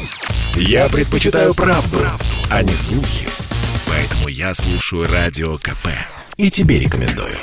Я предпочитаю правду, а не слухи. Поэтому я слушаю Радио КП. И тебе рекомендую.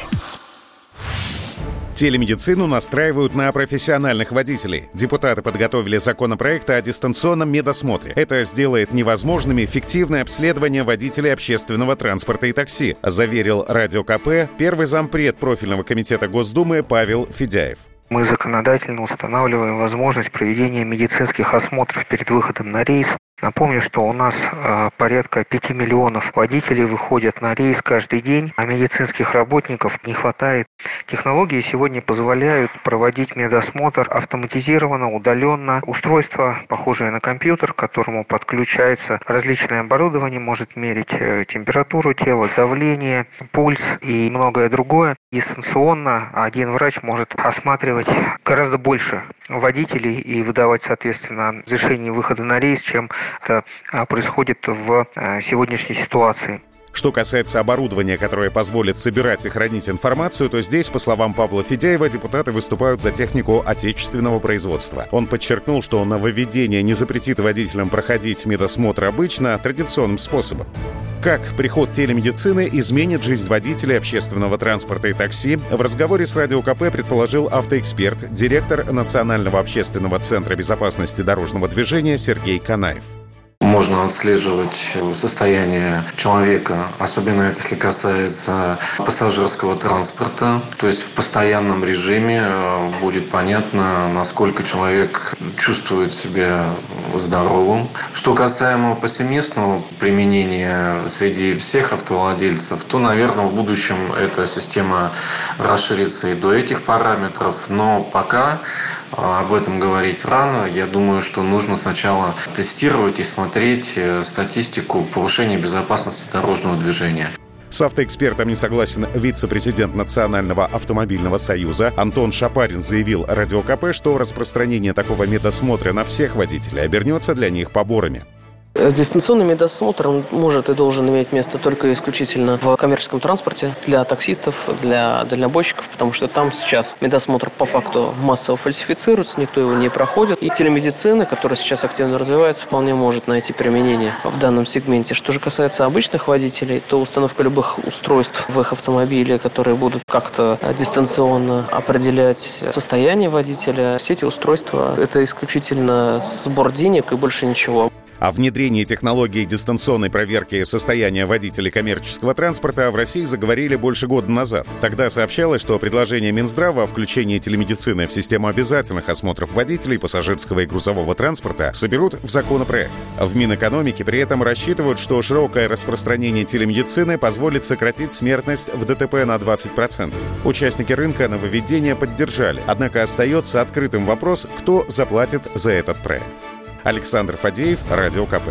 Телемедицину настраивают на профессиональных водителей. Депутаты подготовили законопроект о дистанционном медосмотре. Это сделает невозможным эффективное обследование водителей общественного транспорта и такси, заверил Радио КП первый зампред профильного комитета Госдумы Павел Федяев. Мы законодательно устанавливаем возможность проведения медицинских осмотров перед выходом на рейс. Напомню, что у нас порядка 5 миллионов водителей выходят на рейс каждый день, а медицинских работников не хватает. Технологии сегодня позволяют проводить медосмотр автоматизированно, удаленно. Устройство, похожее на компьютер, к которому подключается различное оборудование, может мерить температуру тела, давление, пульс и многое другое. Дистанционно один врач может осматривать гораздо больше водителей и выдавать, соответственно, разрешение выхода на рейс, чем это происходит в сегодняшней ситуации. Что касается оборудования, которое позволит собирать и хранить информацию, то здесь, по словам Павла Федяева, депутаты выступают за технику отечественного производства. Он подчеркнул, что нововведение не запретит водителям проходить медосмотр обычно традиционным способом. Как приход телемедицины изменит жизнь водителей общественного транспорта и такси, в разговоре с Радио КП предположил автоэксперт, директор Национального общественного центра безопасности дорожного движения Сергей Канаев. Можно отслеживать состояние человека, особенно это если касается пассажирского транспорта. То есть в постоянном режиме будет понятно, насколько человек чувствует себя здоровым. Что касаемо повсеместного применения среди всех автовладельцев, то, наверное, в будущем эта система расширится и до этих параметров. Но пока об этом говорить рано. Я думаю, что нужно сначала тестировать и смотреть статистику повышения безопасности дорожного движения. С автоэкспертом не согласен вице-президент Национального автомобильного союза Антон Шапарин заявил Радио КП, что распространение такого медосмотра на всех водителей обернется для них поборами. Дистанционный медосмотр он может и должен иметь место только исключительно в коммерческом транспорте для таксистов, для дальнобойщиков, потому что там сейчас медосмотр по факту массово фальсифицируется, никто его не проходит. И телемедицина, которая сейчас активно развивается, вполне может найти применение в данном сегменте. Что же касается обычных водителей, то установка любых устройств в их автомобиле, которые будут как-то дистанционно определять состояние водителя, все эти устройства – это исключительно сбор денег и больше ничего. О внедрении технологии дистанционной проверки состояния водителей коммерческого транспорта в России заговорили больше года назад. Тогда сообщалось, что предложение Минздрава о включении телемедицины в систему обязательных осмотров водителей пассажирского и грузового транспорта соберут в законопроект. В Минэкономике при этом рассчитывают, что широкое распространение телемедицины позволит сократить смертность в ДТП на 20%. Участники рынка нововведения поддержали, однако остается открытым вопрос, кто заплатит за этот проект. Александр Фадеев, Радио КП.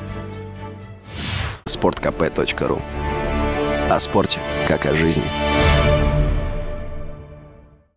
Sportkp.ru. О спорте, как о жизни.